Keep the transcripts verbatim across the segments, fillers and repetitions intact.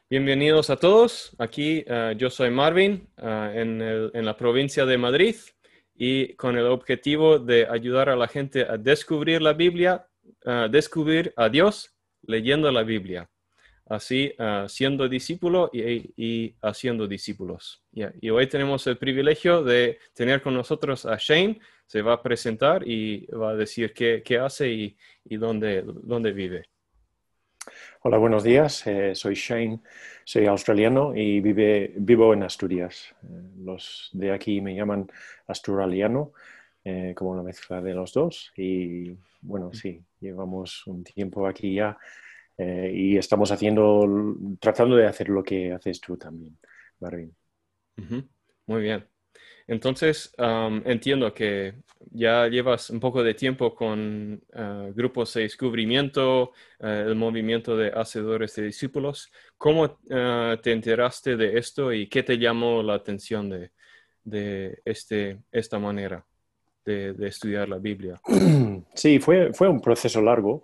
Bienvenidos a todos. Aquí eh, yo soy Marvin eh, en el- en la provincia de Madrid y con el objetivo de ayudar a la gente a descubrir la Biblia, eh, descubrir a Dios leyendo la Biblia, así eh, siendo discípulo y, y haciendo discípulos. Yeah. Y hoy tenemos el privilegio de tener con nosotros a Shane. Se va a presentar y va a decir qué, qué hace y, y dónde, dónde vive. Hola, buenos días. Eh, soy Shane, soy australiano y vive, vivo en Asturias. Eh, los de aquí me llaman asturaliano, eh, como una mezcla de los dos. Y bueno, sí, llevamos un tiempo aquí ya eh, y estamos haciendo, tratando de hacer lo que haces tú también, Marvin. Ujú. Muy bien. Entonces, um, entiendo que ya llevas un poco de tiempo con uh, grupos de descubrimiento, uh, el movimiento de hacedores de discípulos. ¿Cómo uh, te enteraste de esto y qué te llamó la atención de, de este, esta manera de, de estudiar la Biblia? Sí, fue, fue un proceso largo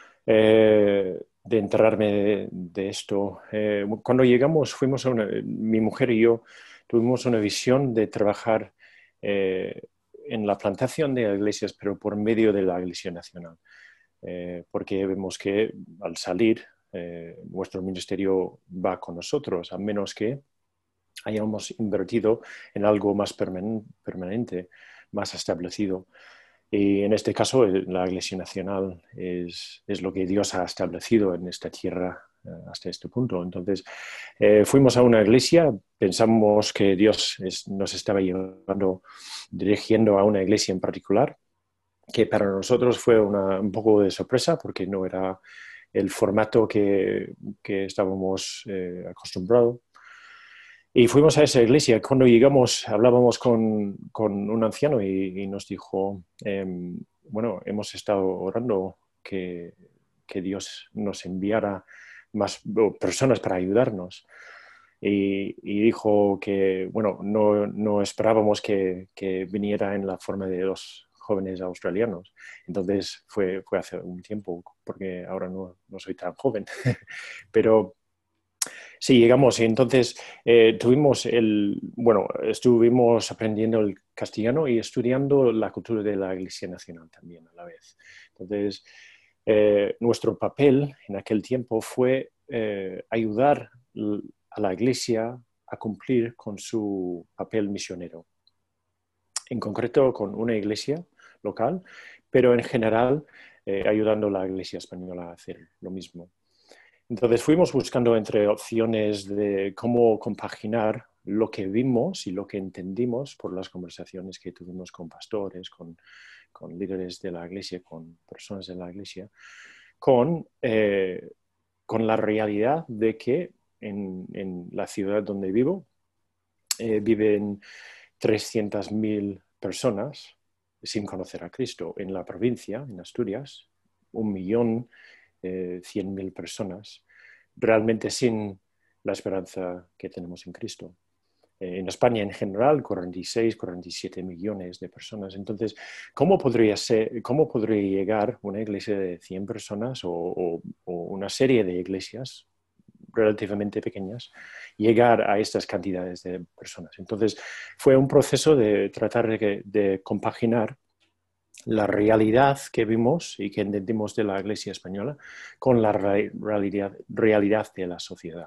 eh, de enterarme de, de esto. Eh, cuando llegamos, fuimos a una, mi mujer y yo tuvimos una visión de trabajar eh, en la plantación de iglesias, pero por medio de la Iglesia Nacional. Eh, porque vemos que al salir, eh, nuestro ministerio va con nosotros, a menos que hayamos invertido en algo más permanen- permanente, más establecido. Y en este caso, la Iglesia Nacional es, es lo que Dios ha establecido en esta tierra eh, hasta este punto. Entonces, eh, fuimos a una iglesia, pensamos que Dios es, nos estaba llevando, dirigiendo a una iglesia en particular, que para nosotros fue una, un poco de sorpresa porque no era el formato que, que estábamos eh, acostumbrados. Y fuimos a esa iglesia. Cuando llegamos, hablábamos con, con un anciano y, y nos dijo, eh, bueno, hemos estado orando que, que Dios nos enviara más personas para ayudarnos. Y, y dijo que, bueno, no, no esperábamos que, que, viniera en la forma de dos jóvenes australianos. Entonces fue, fue hace un tiempo, porque ahora no, no soy tan joven. Pero sí, llegamos y entonces eh, tuvimos el, bueno, estuvimos aprendiendo el castellano y estudiando la cultura de la Iglesia Nacional también a la vez. Entonces, eh, nuestro papel en aquel tiempo fue eh, ayudar a la Iglesia a cumplir con su papel misionero, en concreto con una iglesia local, pero en general eh, ayudando a la Iglesia española a hacer lo mismo. Entonces fuimos buscando entre opciones de cómo compaginar lo que vimos y lo que entendimos por las conversaciones que tuvimos con pastores, con, con líderes de la iglesia, con personas de la iglesia, con, eh, con la realidad de que en, en la ciudad donde vivo eh, viven trescientas mil personas sin conocer a Cristo. En la provincia, en Asturias, un millón eh, cien mil personas realmente sin la esperanza que tenemos en Cristo. Eh, en España en general, cuarenta y seis, cuarenta y siete millones de personas. Entonces, ¿cómo podría, ser, cómo podría llegar una iglesia de cien personas o, o, o una serie de iglesias relativamente pequeñas, llegar a estas cantidades de personas? Entonces, fue un proceso de tratar de, de compaginar la realidad que vimos y que entendimos de la Iglesia española con la re realidad, realidad de la sociedad.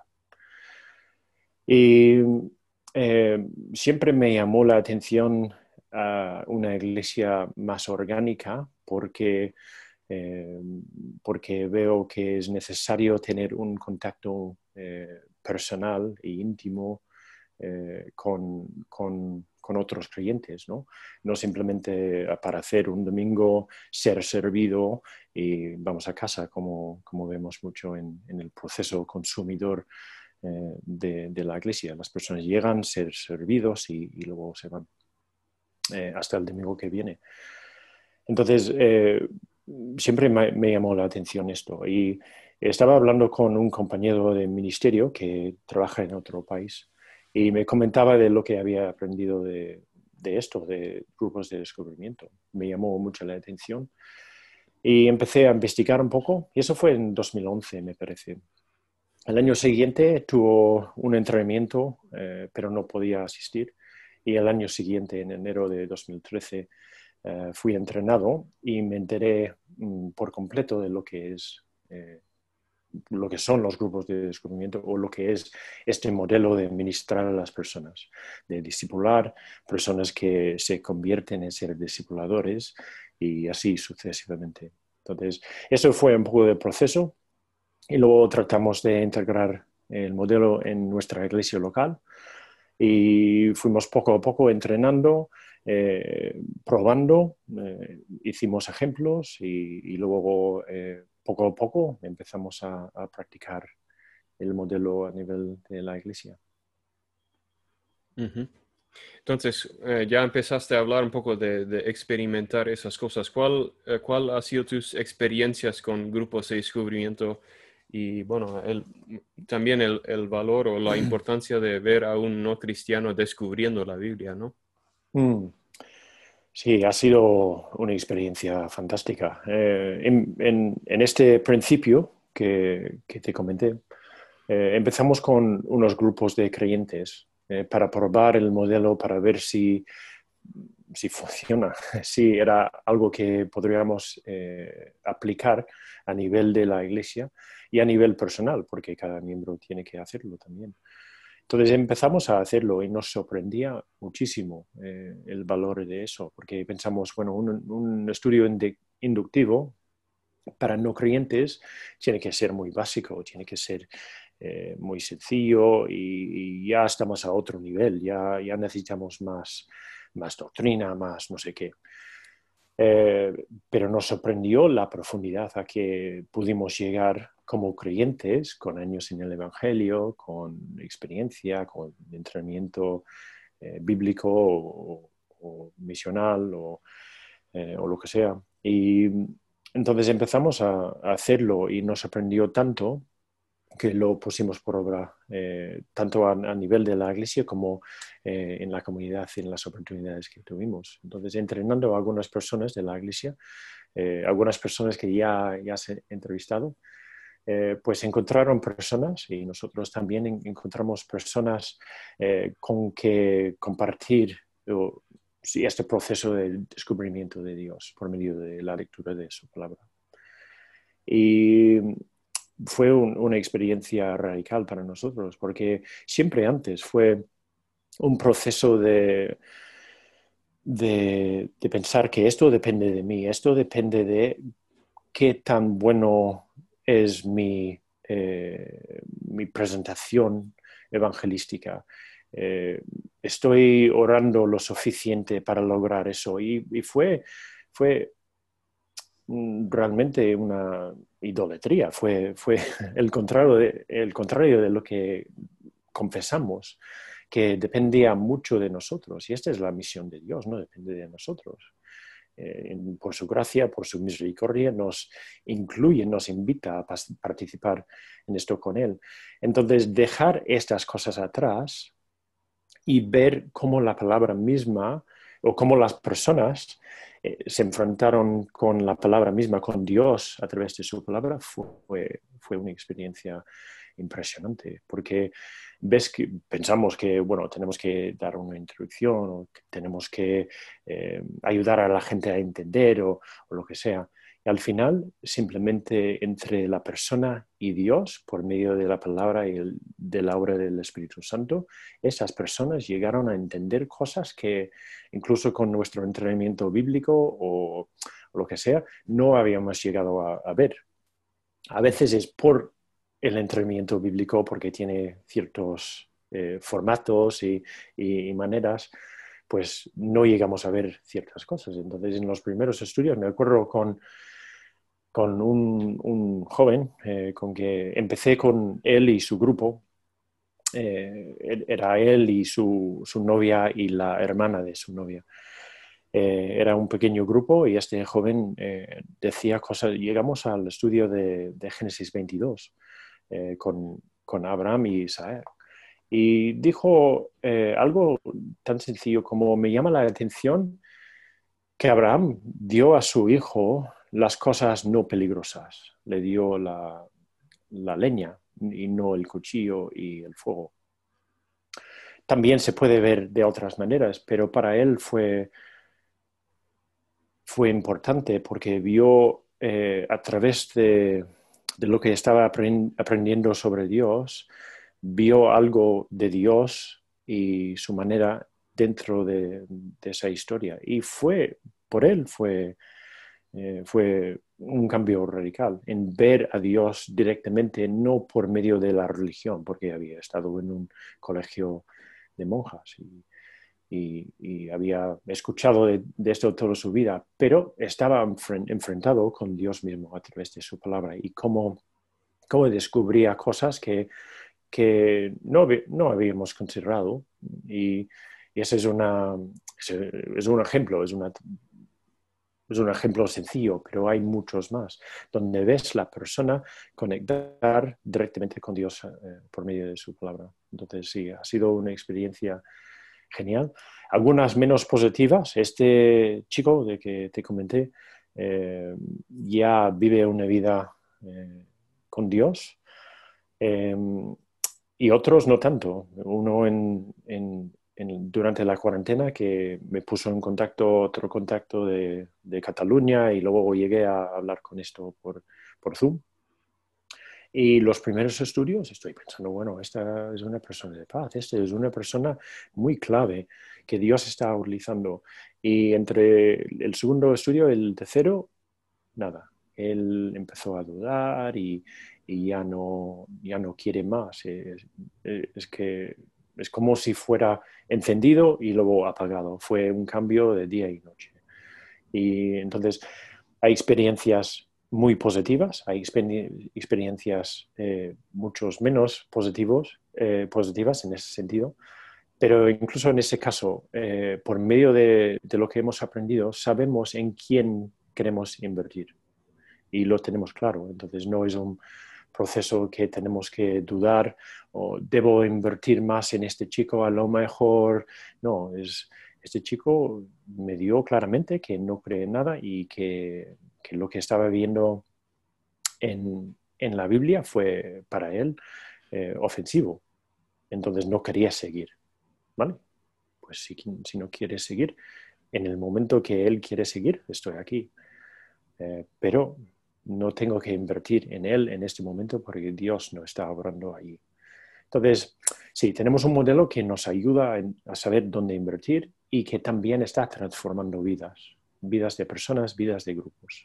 Y eh, siempre me llamó la atención uh, una iglesia más orgánica porque, eh, porque veo que es necesario tener un contacto eh, personal e íntimo eh, con, con, con, otros creyentes, ¿no? No simplemente para hacer un domingo, ser servido y vamos a casa, como, como vemos mucho en, en el proceso consumidor eh, de, de, la iglesia. Las personas llegan, ser servidos y, y luego se van eh, hasta el domingo que viene. Entonces, eh, siempre me, me llamó la atención esto. Y estaba hablando con un compañero de ministerio que trabaja en otro país y me comentaba de lo que había aprendido de, de esto, de grupos de descubrimiento. Me llamó mucho la atención y empecé a investigar un poco. Y eso fue en dos mil once, me parece. El año siguiente tuvo un entrenamiento, eh, pero no podía asistir. Y el año siguiente, en enero de dos mil trece, eh, fui entrenado y me enteré mm, por completo de lo que es, eh, lo que son los grupos de descubrimiento o lo que es este modelo de ministrar a las personas, de discipular personas que se convierten en ser discipuladores y así sucesivamente. Entonces, eso fue un poco del proceso. Y luego tratamos de integrar el modelo en nuestra iglesia local y fuimos poco a poco entrenando, eh, probando, eh, hicimos ejemplos y, y luego eh, poco a poco empezamos a, a practicar el modelo a nivel de la iglesia. Ujú. Entonces, eh, ya empezaste a hablar un poco de, de experimentar esas cosas. ¿Cuál, eh, cuál ha sido tus experiencias con grupos de descubrimiento y, bueno, el, también el, el valor o la importancia de ver a un no cristiano descubriendo la Biblia, ¿no? Mm. Sí, ha sido una experiencia fantástica. Eh, en, en, en, este principio que, que te comenté, eh, empezamos con unos grupos de creyentes eh, para probar el modelo, para ver si, si funciona, si era algo que podríamos eh, aplicar a nivel de la iglesia y a nivel personal, porque cada miembro tiene que hacerlo también. Entonces empezamos a hacerlo y nos sorprendía muchísimo eh, el valor de eso, porque pensamos, bueno, un, un estudio inductivo para no creyentes tiene que ser muy básico, tiene que ser eh, muy sencillo y, y ya estamos a otro nivel, ya, ya necesitamos más, más doctrina, más no sé qué. Eh, pero nos sorprendió la profundidad a que pudimos llegar como creyentes, con años en el Evangelio, con experiencia, con entrenamiento eh, bíblico o, o misional o, eh, o, lo que sea. Y entonces empezamos a, a hacerlo y nos sorprendió tanto que lo pusimos por obra, eh, tanto a, a, nivel de la iglesia como eh, en la comunidad y en las oportunidades que tuvimos. Entonces, entrenando a algunas personas de la iglesia, eh, algunas personas que ya, ya se han entrevistado, eh, pues encontraron personas y nosotros también en, encontramos personas eh, con que compartir o, sí, este proceso de descubrimiento de Dios por medio de la lectura de su palabra. Y fue un, una experiencia radical para nosotros, porque siempre antes fue un proceso de, de, de pensar que esto depende de mí, esto depende de qué tan bueno es mi, eh, mi presentación evangelística. Eh, estoy orando lo suficiente para lograr eso. Y, y fue, fue realmente una idolatría, fue, fue el, contrario de, el contrario de lo que confesamos, que dependía mucho de nosotros. Y esta es la misión de Dios, no depende de nosotros. Eh, por su gracia, por su misericordia, nos incluye, nos invita a participar en esto con Él. Entonces, dejar estas cosas atrás y ver cómo la palabra misma o cómo las personas eh, se enfrentaron con la palabra misma, con Dios a través de su palabra, fue, fue una experiencia impresionante, porque ves que pensamos que, bueno, tenemos que dar una introducción o que tenemos que eh, ayudar a la gente a entender o, o lo que sea. Y al final, simplemente entre la persona y Dios, por medio de la palabra y el, de la obra del Espíritu Santo, esas personas llegaron a entender cosas que incluso con nuestro entrenamiento bíblico o, o lo que sea, no habíamos llegado a, a ver. A veces es por el entrenamiento bíblico, porque tiene ciertos eh, formatos y, y, y maneras, pues no llegamos a ver ciertas cosas. Entonces, en los primeros estudios, me acuerdo con con un, un joven eh, con que empecé con él y su grupo. Eh, era él y su, su novia y la hermana de su novia. Eh, era un pequeño grupo y este joven eh, decía cosas. Llegamos al estudio de, de Génesis veintidós eh, con, con Abraham y Isaac. Y dijo eh, algo tan sencillo como: me llama la atención que Abraham dio a su hijo las cosas no peligrosas, le dio la, la leña, y no el cuchillo y el fuego. También se puede ver de otras maneras, pero para él fue, fue importante porque vio eh, a través de, de lo que estaba aprend- aprendiendo sobre Dios, vio algo de Dios y su manera dentro de, de esa historia. Y fue, por él fue, eh, fue un cambio radical en ver a Dios directamente, no por medio de la religión, porque había estado en un colegio de monjas y, y, y había escuchado de, de, esto toda su vida, pero estaba enfren- enfrentado con Dios mismo a través de su palabra y cómo, cómo descubría cosas que, que no, no habíamos considerado. Y, y ese es, una, es un ejemplo, es una es un ejemplo sencillo, pero hay muchos más, donde ves la persona conectar directamente con Dios eh, por medio de su palabra. Entonces, sí, ha sido una experiencia genial. Algunas menos positivas. Este chico de que te comenté eh, ya vive una vida eh, con Dios eh, y otros no tanto. Uno en, en en, durante la cuarentena que me puso en contacto otro contacto de, de Cataluña y luego llegué a hablar con esto por, por Zoom. Y los primeros estudios estoy pensando, bueno, esta es una persona de paz, esta es una persona muy clave que Dios está utilizando. Y entre el segundo estudio y el tercero, nada. Él empezó a dudar y, y ya, no, ya no quiere más. Es, es que es como si fuera encendido y luego apagado. Fue un cambio de día y noche. Y entonces hay experiencias muy positivas, hay exper- experiencias eh, muchos menos positivos, eh, positivas en ese sentido, pero incluso en ese caso, eh, por medio de, de lo que hemos aprendido, sabemos en quién queremos invertir y lo tenemos claro. Entonces no es un proceso que tenemos que dudar o debo invertir más en este chico, a lo mejor no, es este chico me dio claramente que no cree en nada y que, que lo que estaba viendo en, en, la Biblia fue para él eh, ofensivo. Entonces no quería seguir. ¿Vale? Pues si, si no quiere seguir, en el momento que él quiere seguir, estoy aquí. Eh, pero no tengo que invertir en él en este momento porque Dios no está obrando ahí. Entonces, sí, tenemos un modelo que nos ayuda a saber dónde invertir y que también está transformando vidas, vidas de personas, vidas de grupos.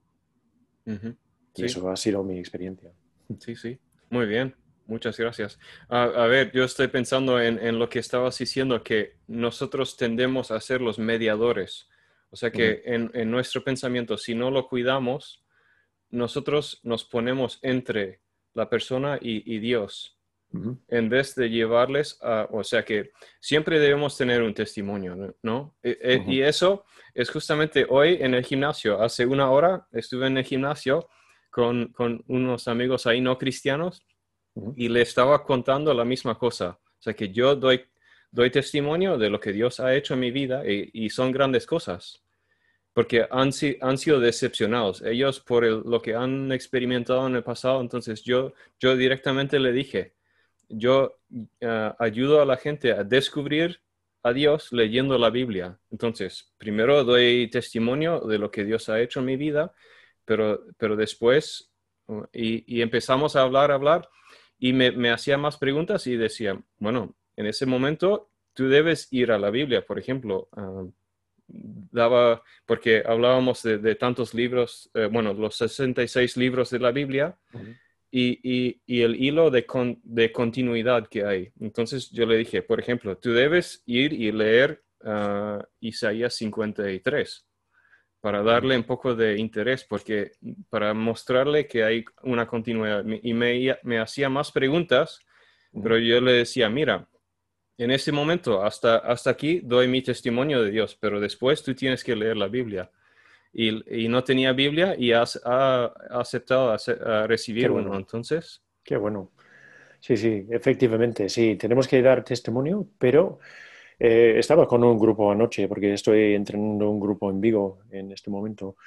Uh-huh. Y Sí, eso ha sido mi experiencia. sí, sí. Muy bien. Muchas gracias. A, a ver, yo estoy pensando en, en lo que estabas diciendo, que nosotros tendemos a ser los mediadores. O sea Uh-huh. que en, en nuestro pensamiento, si no lo cuidamos, nosotros nos ponemos entre la persona y, y Dios, Uh-huh. en vez de llevarles a, o sea que siempre debemos tener un testimonio, ¿no? E, e, Uh-huh. y eso es justamente hoy en el gimnasio. Hace una hora estuve en el gimnasio con, con unos amigos ahí no cristianos Uh-huh. y le estaba contando la misma cosa. O sea que yo doy, doy testimonio de lo que Dios ha hecho en mi vida y, y son grandes cosas. Porque han, han sido decepcionados ellos por el, lo que han experimentado en el pasado. Entonces yo, yo directamente le dije, yo uh, ayudo a la gente a descubrir a Dios leyendo la Biblia. Entonces, primero doy testimonio de lo que Dios ha hecho en mi vida, pero, pero después, uh, y, y, empezamos a hablar, a hablar, y me, me hacía más preguntas y decía, bueno, en ese momento tú debes ir a la Biblia, por ejemplo. Uh, daba, porque hablábamos de, de tantos libros, eh, bueno, los sesenta y seis libros de la Biblia, Uh-huh. y, y, y el hilo de, con, de continuidad que hay. Entonces yo le dije, por ejemplo, tú debes ir y leer uh, Isaías cincuenta y tres para Uh-huh. darle un poco de interés, porque para mostrarle que hay una continuidad. Y me, me hacía más preguntas, Uh-huh. pero yo le decía, mira, en este momento, hasta, hasta aquí doy mi testimonio de Dios, pero después tú tienes que leer la Biblia. Y, y no tenía Biblia y has, ha, ha aceptado a, a Qué recibir uno. bueno, Entonces, qué bueno. Sí, sí, efectivamente, sí, tenemos que dar testimonio, pero eh, estaba con un grupo anoche, porque estoy entrenando un grupo en Vigo en este momento,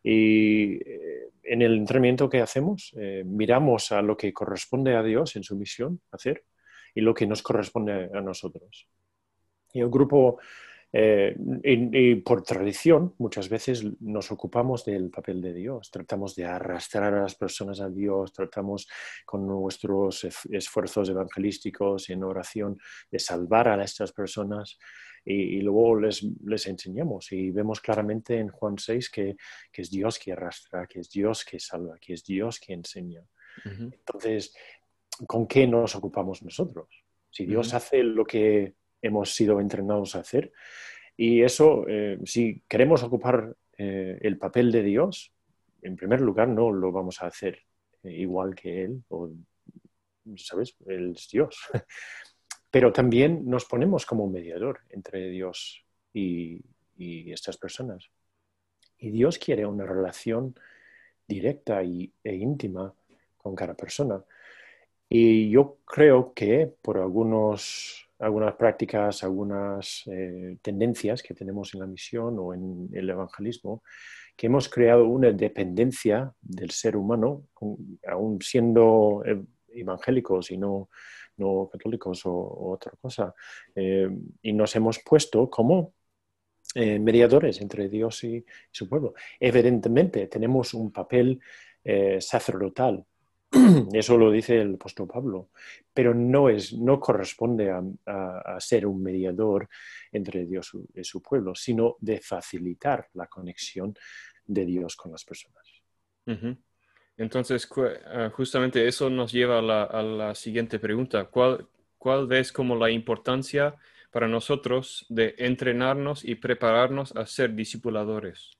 Y eh, en el entrenamiento que hacemos, eh, miramos a lo que corresponde a Dios en su misión hacer y lo que nos corresponde a nosotros. Y el grupo, eh, y, y por tradición, muchas veces nos ocupamos del papel de Dios, tratamos de arrastrar a las personas a Dios, tratamos con nuestros esfuerzos evangelísticos en oración de salvar a estas personas y, y luego les, les enseñamos y vemos claramente en Juan seis que, que es Dios que arrastra, que es Dios que salva, que es Dios que enseña. Ujú, Entonces, ¿con qué nos ocupamos nosotros? Si Dios ujú, hace lo que hemos sido entrenados a hacer, y eso, eh, si queremos ocupar eh, el papel de Dios, en primer lugar no lo vamos a hacer eh, igual que Él, o, ¿sabes? Él es Dios. Pero también nos ponemos como mediador entre Dios y, y estas personas. Y Dios quiere una relación directa y, e íntima con cada persona. Y yo creo que por algunos, algunas prácticas, algunas eh, tendencias que tenemos en la misión o en el evangelismo, que hemos creado una dependencia del ser humano, aún siendo evangélicos y no, no católicos o, o otra cosa. Eh, y nos hemos puesto como eh, mediadores entre Dios y, y su pueblo. Evidentemente, tenemos un papel eh, sacerdotal. Eso lo dice el apóstol Pablo, pero no, es, no corresponde a, a, a ser un mediador entre Dios y su pueblo, sino de facilitar la conexión de Dios con las personas. ujú. Entonces, cu- ah, justamente eso nos lleva a la, a la siguiente pregunta. ¿Cuál, cuál ves como la importancia para nosotros de entrenarnos y prepararnos a ser discipuladores?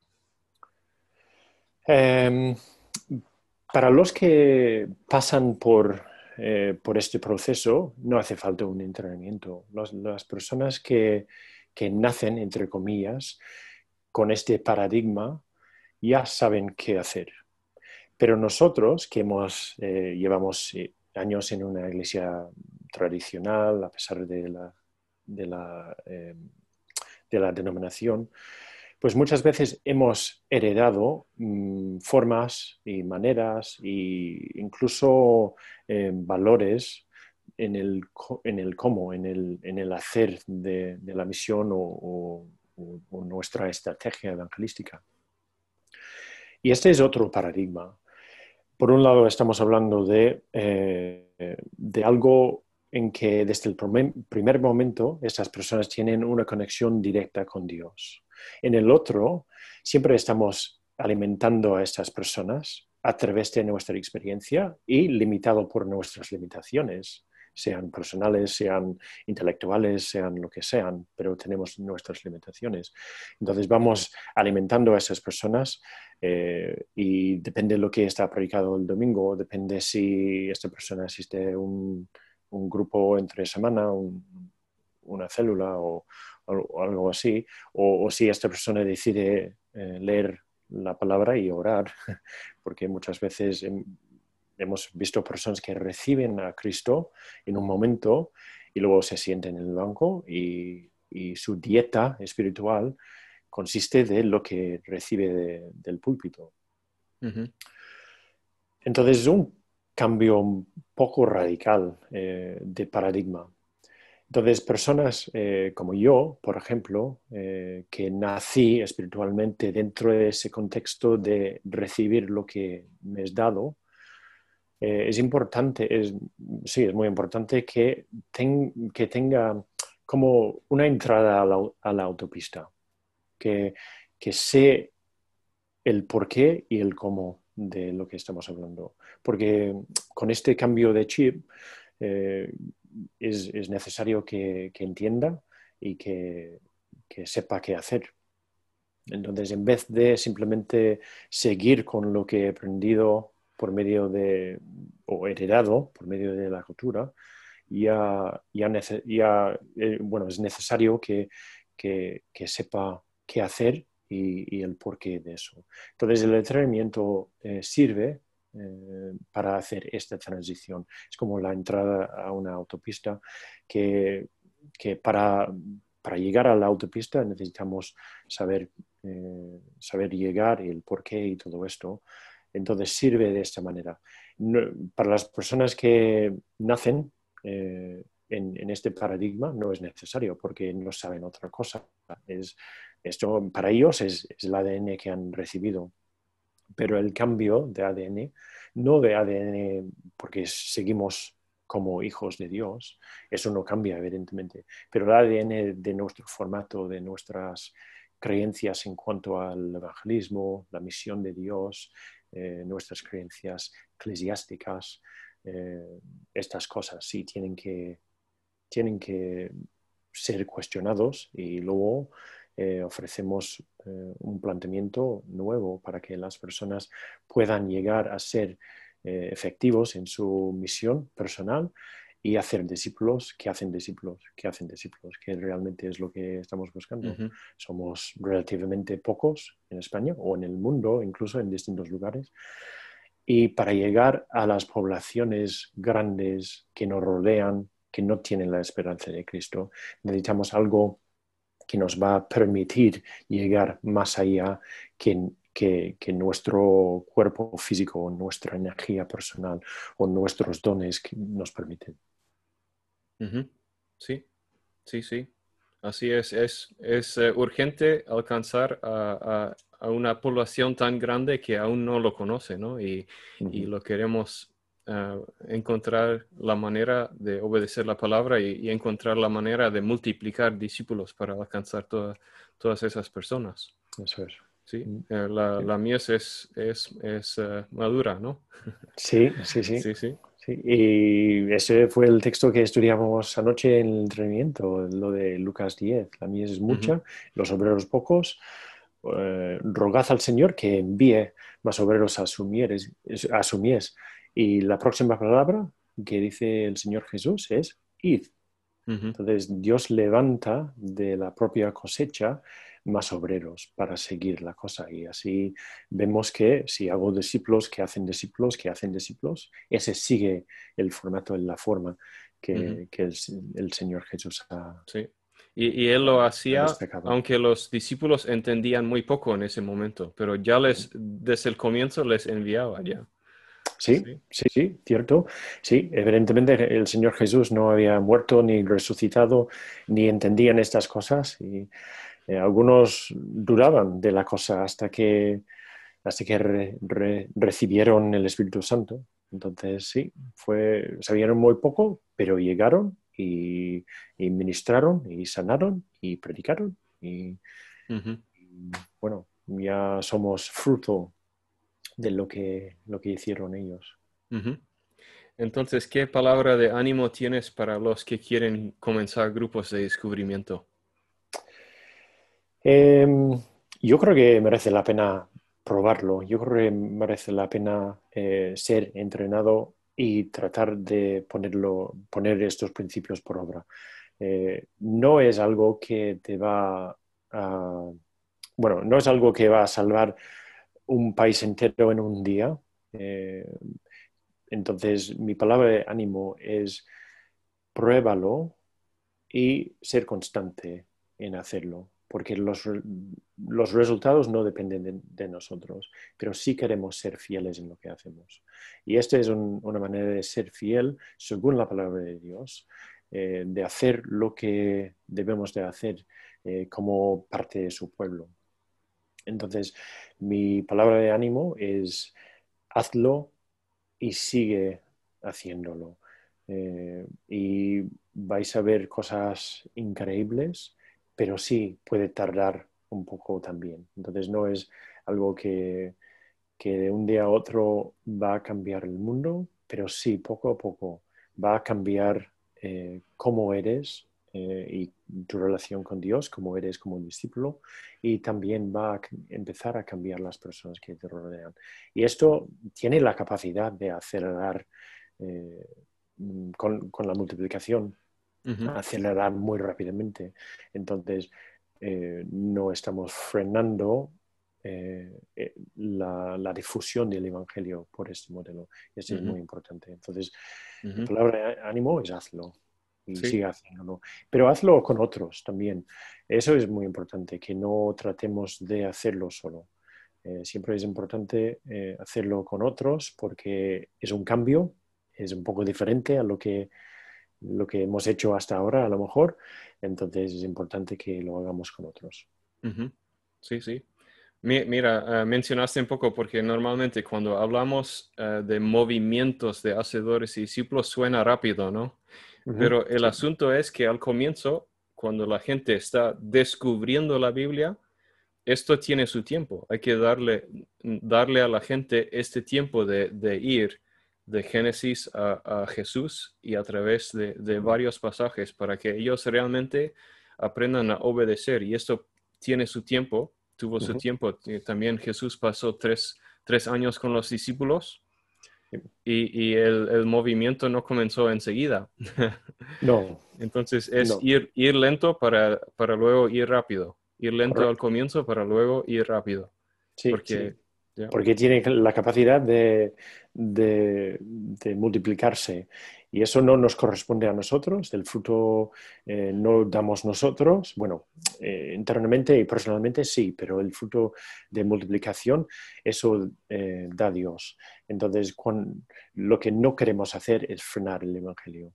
Eh, para los que pasan por, eh, por este proceso, no hace falta un entrenamiento. Los, las personas que, que nacen, entre comillas, con este paradigma, ya saben qué hacer. Pero nosotros, que hemos, eh, llevamos eh, años en una iglesia tradicional, a pesar de la, de la, eh, de la denominación, pues muchas veces hemos heredado mmm, formas y maneras e incluso eh, valores en el, en el cómo, en el, en el hacer de, de la misión o, o, o nuestra estrategia evangelística. Y este es otro paradigma. Por un lado, estamos hablando de, eh, de algo en que desde el primer momento estas personas tienen una conexión directa con Dios. En el otro, siempre estamos alimentando a estas personas a través de nuestra experiencia y limitado por nuestras limitaciones, sean personales, sean intelectuales, sean lo que sean, pero tenemos nuestras limitaciones. Entonces vamos alimentando a esas personas eh, y depende de lo que está predicado el domingo, depende si esta persona asiste a un, un grupo entre semana, un, una célula o, o, algo así, o, o si esta persona decide eh, leer la palabra y orar, porque muchas veces hem, hemos visto personas que reciben a Cristo en un momento y luego se sienten en el banco y, y su dieta espiritual consiste de lo que recibe de, del púlpito. Ujú, Entonces es un cambio un poco radical eh, de paradigma. Entonces, personas eh, como yo, por ejemplo, eh, que nací espiritualmente dentro de ese contexto de recibir lo que me es dado, eh, es importante, es, sí, es muy importante que, ten, que tenga como una entrada a la, a la autopista, que, que sé el por qué y el cómo de lo que estamos hablando. Porque con este cambio de chip eh, es, es, necesario que, que entienda y que, que sepa qué hacer. Entonces, en vez de simplemente seguir con lo que he aprendido por medio de, o heredado por medio de la cultura, ya, ya, nece, ya eh, bueno, es necesario que, que, que sepa qué hacer y, y, el porqué de eso. Entonces, el entrenamiento eh, sirve eh, para hacer esta transición. Es como la entrada a una autopista que, que para, para llegar a la autopista necesitamos saber eh, saber llegar y el porqué y todo esto. Entonces sirve de esta manera. No, para las personas que nacen eh, en, en, este paradigma no es necesario porque no saben otra cosa. Es, esto para ellos es, es el A D N que han recibido. Pero el cambio de A D N, no de A D N porque seguimos como hijos de Dios, eso no cambia evidentemente, pero el A D N de nuestro formato, de nuestras creencias en cuanto al evangelismo, la misión de Dios, eh, nuestras creencias eclesiásticas, eh, estas cosas sí tienen que, tienen que ser cuestionados y luego eh, ofrecemos eh, un planteamiento nuevo para que las personas puedan llegar a ser eh, efectivos en su misión personal y hacer discípulos que hacen discípulos, que hacen discípulos, que realmente es lo que estamos buscando. Ujú. Somos relativamente pocos en España o en el mundo, incluso en distintos lugares. Y para llegar a las poblaciones grandes que nos rodean, que no tienen la esperanza de Cristo, necesitamos algo que nos va a permitir llegar más allá que, que, que nuestro cuerpo físico, nuestra energía personal o nuestros dones que nos permiten. Ujú. Sí, sí, sí. Así es, es, es eh, urgente alcanzar a, a- a una población tan grande que aún no lo conoce, ¿no? Y, y Uh-huh. lo queremos eh, encontrar la manera de obedecer la palabra y, y encontrar la manera de multiplicar discípulos para alcanzar toda- todas esas personas. Eso es. Sí, Uh-huh. eh, la, Sí, la mies es, es, es eh, madura, ¿no? sí, sí, sí. Sí, sí. Sí, y ese fue el texto que estudiamos anoche en el entrenamiento, lo de Lucas diez. La mies es Ujú. mucha, los obreros pocos. Eh, rogad al Señor que envíe más obreros a su, mies, a su mies. Y la próxima palabra que dice el Señor Jesús es id. Ujú. Entonces Dios levanta de la propia cosecha más obreros para seguir la cosa. Y así vemos que si hago discípulos que hacen discípulos, que hacen discípulos, ese sigue el formato, la forma Ujú. que, que el, el, Señor Jesús ha, Sí. Y, y él lo ha, ha hacía, destacado. aunque los discípulos entendían muy poco en ese momento, pero ya les, desde el comienzo les enviaba ya. Sí, Sí. sí, sí, cierto. Sí, evidentemente el Señor Jesús no había muerto ni resucitado, ni entendían estas cosas. Y eh, algunos dudaban de la cosa hasta que hasta que re, re, recibieron el Espíritu Santo. Entonces, sí, fue, sabían muy poco, pero llegaron y, y ministraron y sanaron y predicaron. Y, Ujú. y, bueno, ya somos fruto de lo que, lo que hicieron ellos. Ujú. Entonces, ¿qué palabra de ánimo tienes para los que quieren comenzar grupos de descubrimiento? Eh, yo creo que merece la pena probarlo. Yo creo que merece la pena eh, ser entrenado y tratar de ponerlo, poner estos principios por obra. Eh, no es algo que te va a, bueno, no es algo que va a salvar un país entero en un día. Eh, entonces, mi palabra de ánimo es pruébalo y ser constante en hacerlo, porque los, los resultados no dependen de, de, nosotros, pero sí queremos ser fieles en lo que hacemos. Y esta es un, una manera de ser fiel según la palabra de Dios, eh, de hacer lo que debemos de hacer eh, como parte de su pueblo. Entonces, mi palabra de ánimo es hazlo y sigue haciéndolo. Eh, y vais a ver cosas increíbles, pero sí puede tardar un poco también. Entonces no es algo que, que de un día a otro va a cambiar el mundo, pero sí, poco a poco va a cambiar eh, cómo eres eh, y tu relación con Dios, cómo eres como un discípulo, y también va a empezar a cambiar las personas que te rodean. Y esto tiene la capacidad de acelerar eh, con, con, la multiplicación, Ujú. acelerar muy rápidamente. Entonces, eh, no estamos frenando eh, eh, la, la, difusión del Evangelio por este modelo. Eso es Ujú. muy importante. Entonces, mi Ujú. palabra de ánimo es hazlo. y Sí. sigue haciéndolo. Pero hazlo con otros también. Eso es muy importante, que no tratemos de hacerlo solo. Eh, siempre es importante eh, hacerlo con otros porque es un cambio, es un poco diferente a lo que, lo que hemos hecho hasta ahora, a lo mejor. Entonces es importante que lo hagamos con otros. Ujú. Sí, sí. Mi- Mira, eh, mencionaste un poco porque normalmente cuando hablamos eh, de movimientos de hacedores y discípulos suena rápido, ¿no? Ujú, Pero el sí. asunto es que al comienzo, cuando la gente está descubriendo la Biblia, esto tiene su tiempo. Hay que darle, darle a la gente este tiempo de, de ir de Génesis a, a Jesús y a través de, de varios pasajes para que ellos realmente aprendan a obedecer. Y esto tiene su tiempo, tuvo su Ujú. tiempo. Y también Jesús pasó tres, tres años con los discípulos y, y el, el movimiento no comenzó enseguida. No, Entonces es no, ir, ir lento para, para luego ir rápido. Ir lento al correcto. comienzo para luego ir rápido. Sí, Porque, ya. porque tiene la capacidad de, de- de multiplicarse y eso no nos corresponde a nosotros, el fruto eh, no damos nosotros, bueno, eh, internamente y personalmente sí, pero el fruto de multiplicación, eso eh, da Dios. Entonces, cuan- lo que no queremos hacer es frenar el Evangelio.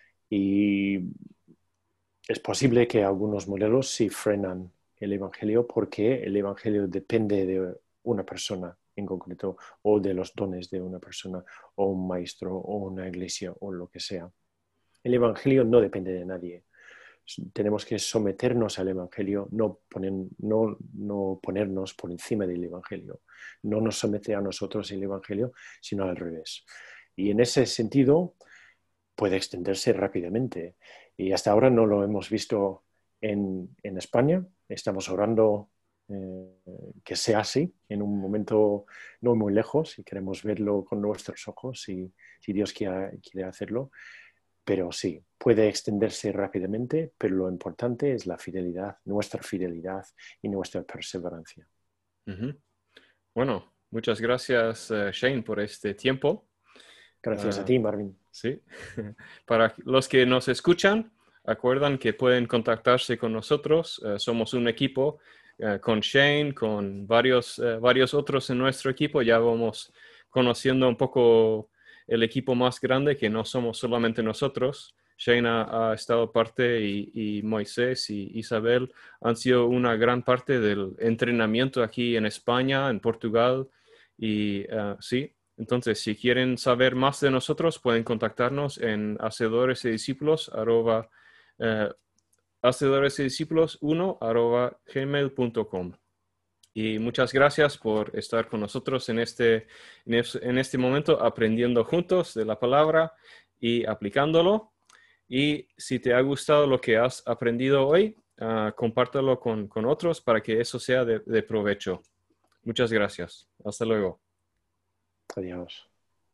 Y es posible que algunos modelos sí frenan el Evangelio porque el Evangelio depende de una persona en concreto o de los dones de una persona o un maestro o una iglesia o lo que sea. El Evangelio no depende de nadie. Tenemos que someternos al Evangelio, no, poner, no, no ponernos por encima del Evangelio. No nos somete a nosotros el Evangelio, sino al revés. Y en ese sentido, puede extenderse rápidamente. Y hasta ahora no lo hemos visto en, en España. Estamos orando eh, que sea así en un momento no muy lejos y queremos verlo con nuestros ojos y si Dios quiere, quiere hacerlo. Pero sí, puede extenderse rápidamente, pero lo importante es la fidelidad, nuestra fidelidad y nuestra perseverancia. Ujú. Bueno, muchas gracias, eh, Shane, por este tiempo. Gracias a Ah, ti, Marvin. sí. Para los que nos escuchan, acuerdan que pueden contactarse con nosotros. Eh, somos un equipo eh, con Shane, con varios, eh, varios otros en nuestro equipo. Ya vamos conociendo un poco el equipo más grande, que no somos solamente nosotros. Shane ha, ha estado parte y, y Moisés y Isabel han sido una gran parte del entrenamiento aquí en España, en Portugal. Y uh, sí, entonces, si quieren saber más de nosotros, pueden contactarnos en hacedores y discípulos arroba, eh, hacedores y discípulos uno arroba gmail punto com. Y muchas gracias por estar con nosotros en este, en, es, en este momento, aprendiendo juntos de la palabra y aplicándolo. Y si te ha gustado lo que has aprendido hoy, uh, compártelo con, con otros para que eso sea de, de provecho. Muchas gracias. Hasta luego. Adiós.